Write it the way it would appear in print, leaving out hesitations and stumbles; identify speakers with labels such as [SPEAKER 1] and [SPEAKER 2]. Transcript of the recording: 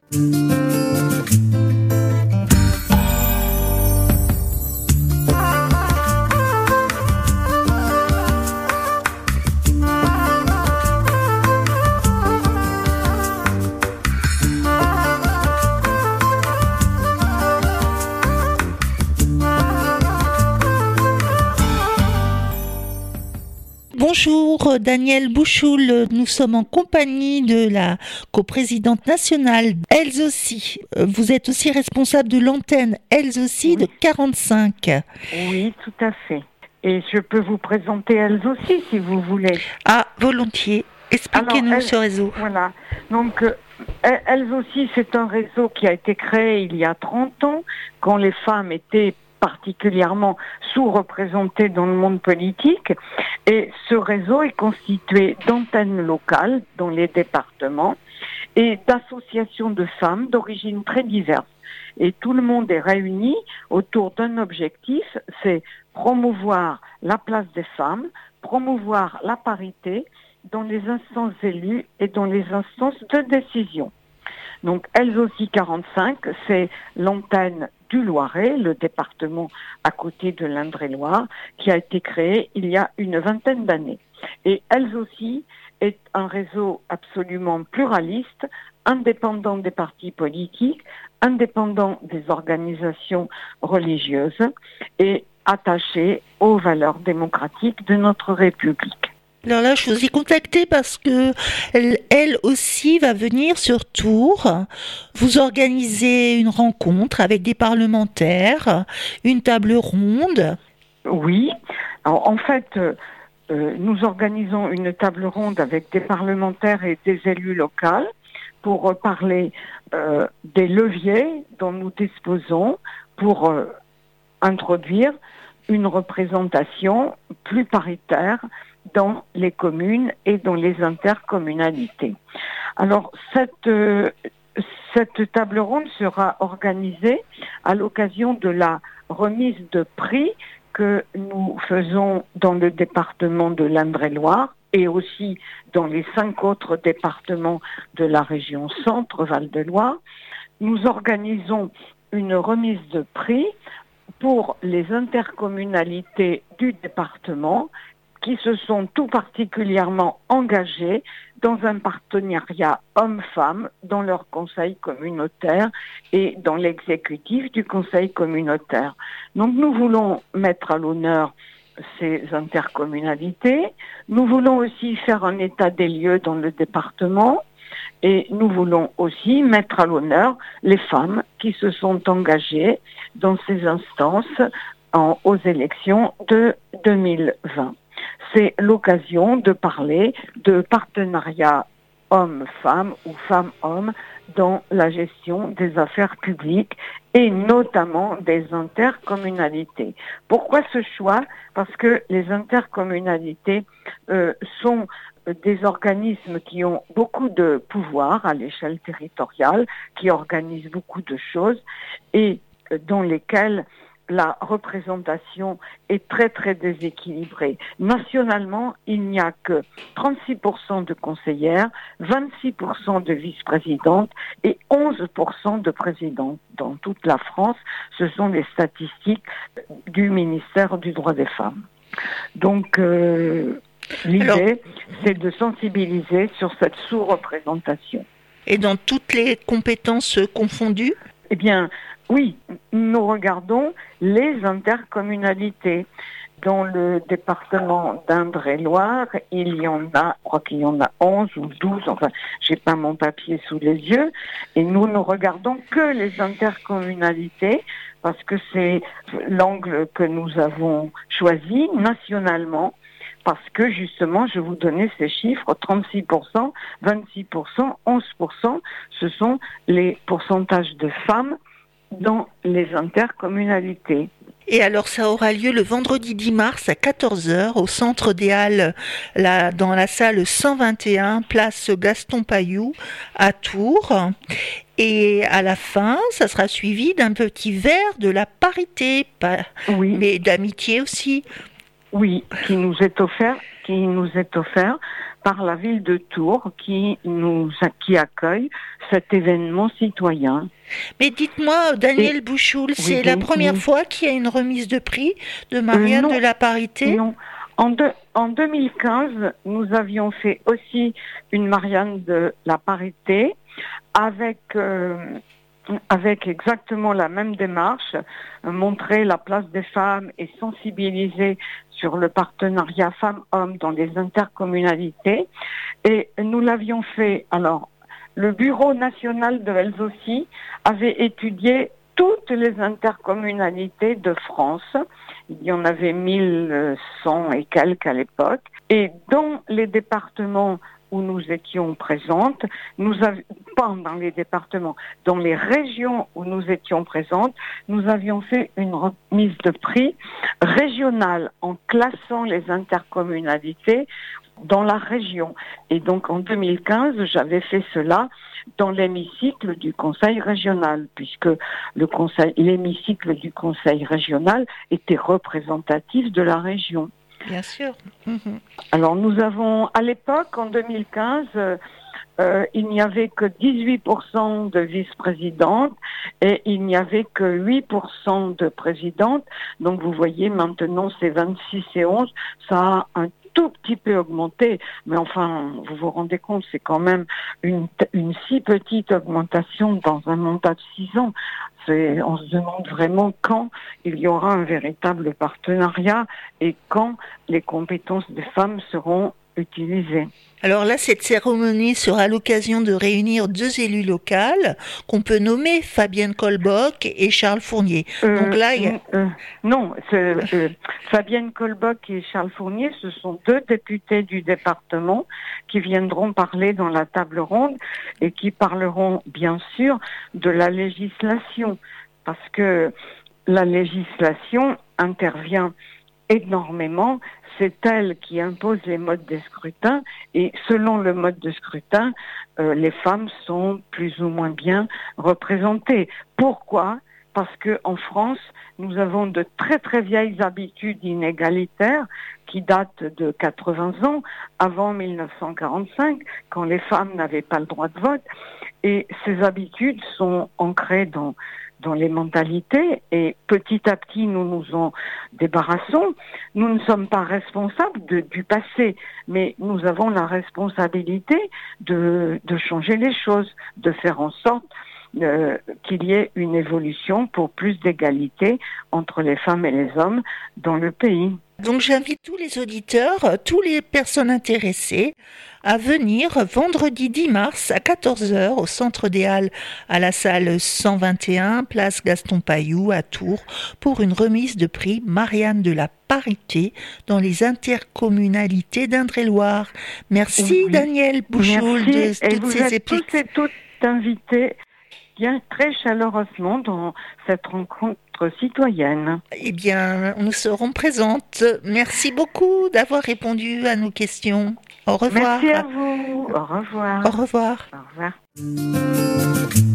[SPEAKER 1] Bonjour Danielle Bouchoul, nous sommes en compagnie de la coprésidente nationale Elles aussi. Vous êtes aussi responsable de l'antenne Elles aussi de 45.
[SPEAKER 2] Oui, tout à fait. Et je peux vous présenter Elles aussi si vous voulez.
[SPEAKER 1] Ah, volontiers. Expliquez-nous ce réseau.
[SPEAKER 2] Voilà. Donc, Elles aussi, c'est un réseau qui a été créé il y a 30 ans, quand les femmes étaient particulièrement sous-représentées dans le monde politique. Et ce réseau est constitué d'antennes locales dans les départements et d'associations de femmes d'origine très diverses. Et tout le monde est réuni autour d'un objectif, c'est promouvoir la place des femmes, promouvoir la parité dans les instances élues et dans les instances de décision. Donc, Elles aussi 45, c'est l'antenne du Loiret, le département à côté de l'Indre-et-Loire, qui a été créé il y a une vingtaine d'années. Et Elles aussi est un réseau absolument pluraliste, indépendant des partis politiques, indépendant des organisations religieuses et attaché aux valeurs démocratiques de notre République.
[SPEAKER 1] Alors là, je vous ai contacté parce que elle aussi va venir sur Tours. Vous organisez une rencontre avec des parlementaires, une table ronde.
[SPEAKER 2] Oui, alors, en fait, nous organisons une table ronde avec des parlementaires et des élus locaux pour parler des leviers dont nous disposons pour introduire une représentation plus paritaire dans les communes et dans les intercommunalités. Alors, cette table ronde sera organisée à l'occasion de la remise de prix que nous faisons dans le département de l'Indre-et-Loire et aussi dans les 5 autres départements de la région Centre, Val-de-Loire. Nous organisons une remise de prix pour les intercommunalités du département qui se sont tout particulièrement engagés dans un partenariat homme-femme dans leur conseil communautaire et dans l'exécutif du conseil communautaire. Donc nous voulons mettre à l'honneur ces intercommunalités. Nous voulons aussi faire un état des lieux dans le département et nous voulons aussi mettre à l'honneur les femmes qui se sont engagées dans ces instances aux élections de 2020. C'est l'occasion de parler de partenariat homme-femme ou femme-homme dans la gestion des affaires publiques et notamment des intercommunalités. Pourquoi ce choix ? Parce que les intercommunalités sont des organismes qui ont beaucoup de pouvoir à l'échelle territoriale, qui organisent beaucoup de choses et dans lesquelles la représentation est très très déséquilibrée. Nationalement, il n'y a que 36% de conseillères, 26% de vice-présidentes et 11% de présidentes. Dans toute la France, ce sont les statistiques du ministère du droit des femmes. Donc, l'idée, c'est de sensibiliser sur cette sous-représentation.
[SPEAKER 1] Et dans toutes les compétences confondues ?
[SPEAKER 2] Eh bien, oui, nous regardons les intercommunalités. Dans le département d'Indre-et-Loire, il y en a, je crois qu'il y en a 11 ou 12, enfin, j'ai pas mon papier sous les yeux, et nous ne regardons que les intercommunalités, parce que c'est l'angle que nous avons choisi nationalement, parce que justement, je vous donnais ces chiffres, 36%, 26%, 11%, ce sont les pourcentages de femmes dans les intercommunalités.
[SPEAKER 1] Et alors ça aura lieu le vendredi 10 mars à 14h au Centre des Halles, là, dans la salle 121, place Gaston Pailloux à Tours. Et à la fin, ça sera suivi d'un petit verre de la parité,
[SPEAKER 2] oui,
[SPEAKER 1] mais d'amitié aussi.
[SPEAKER 2] Oui, qui nous est offert par la ville de Tours qui accueille cet événement citoyen.
[SPEAKER 1] Mais dites-moi, Daniel Bouchoul, c'est la première fois qu'il y a une remise de prix de Marianne de la Parité?
[SPEAKER 2] Non. En 2015, nous avions fait aussi une Marianne de la Parité avec exactement la même démarche, montrer la place des femmes et sensibiliser sur le partenariat femmes-hommes dans les intercommunalités. Et nous l'avions fait, alors, le Bureau national de Elzossi avait étudié toutes les intercommunalités de France. Il y en avait 1100 et quelques à l'époque. Et dans les départements où nous étions présentes, pas dans les départements, dans les régions où nous étions présentes, nous avions fait une remise de prix régionale en classant les intercommunalités dans la région. Et donc en 2015, j'avais fait cela dans l'hémicycle du Conseil régional, puisque l'hémicycle du Conseil régional était représentatif de la région.
[SPEAKER 1] Bien sûr.
[SPEAKER 2] Alors nous avons, à l'époque, en 2015, il n'y avait que 18% de vice-présidentes et il n'y avait que 8% de présidentes. Donc vous voyez, maintenant c'est 26 et 11, ça a un tout petit peu augmenté, mais enfin, vous vous rendez compte, c'est quand même une si petite augmentation dans un mandat de 6 ans. On se demande vraiment quand il y aura un véritable partenariat et quand les compétences des femmes seront utilisées.
[SPEAKER 1] Alors là, cette cérémonie sera l'occasion de réunir 2 élus locaux qu'on peut nommer Fabienne Colboc et Charles Fournier. Donc là,
[SPEAKER 2] non, Fabienne Colboc et Charles Fournier, ce sont 2 députés du département qui viendront parler dans la table ronde et qui parleront bien sûr de la législation, parce que la législation intervient énormément. C'est elle qui impose les modes de scrutin et selon le mode de scrutin, les femmes sont plus ou moins bien représentées. Pourquoi ? Parce qu'en France, nous avons de très très vieilles habitudes inégalitaires qui datent de 80 ans, avant 1945, quand les femmes n'avaient pas le droit de vote. Et ces habitudes sont ancrées dans les mentalités et petit à petit nous nous en débarrassons. Nous ne sommes pas responsables du passé, mais nous avons la responsabilité de changer les choses, de faire en sorte qu'il y ait une évolution pour plus d'égalité entre les femmes et les hommes dans le pays.
[SPEAKER 1] Donc j'invite tous les auditeurs, toutes les personnes intéressées à venir vendredi 10 mars à 14h au Centre des Halles à la salle 121, place Gaston Pailloux à Tours pour une remise de prix Marianne de la Parité dans les intercommunalités d'Indre-et-Loire. Merci Daniel Bouchoul de toutes ces explications.
[SPEAKER 2] Tous et toutes invités bien très chaleureusement dans cette rencontre citoyenne.
[SPEAKER 1] Eh bien, nous serons présentes. Merci beaucoup d'avoir répondu à nos questions. Au revoir.
[SPEAKER 2] Merci à vous. Au revoir.
[SPEAKER 1] Au revoir.
[SPEAKER 2] Au revoir.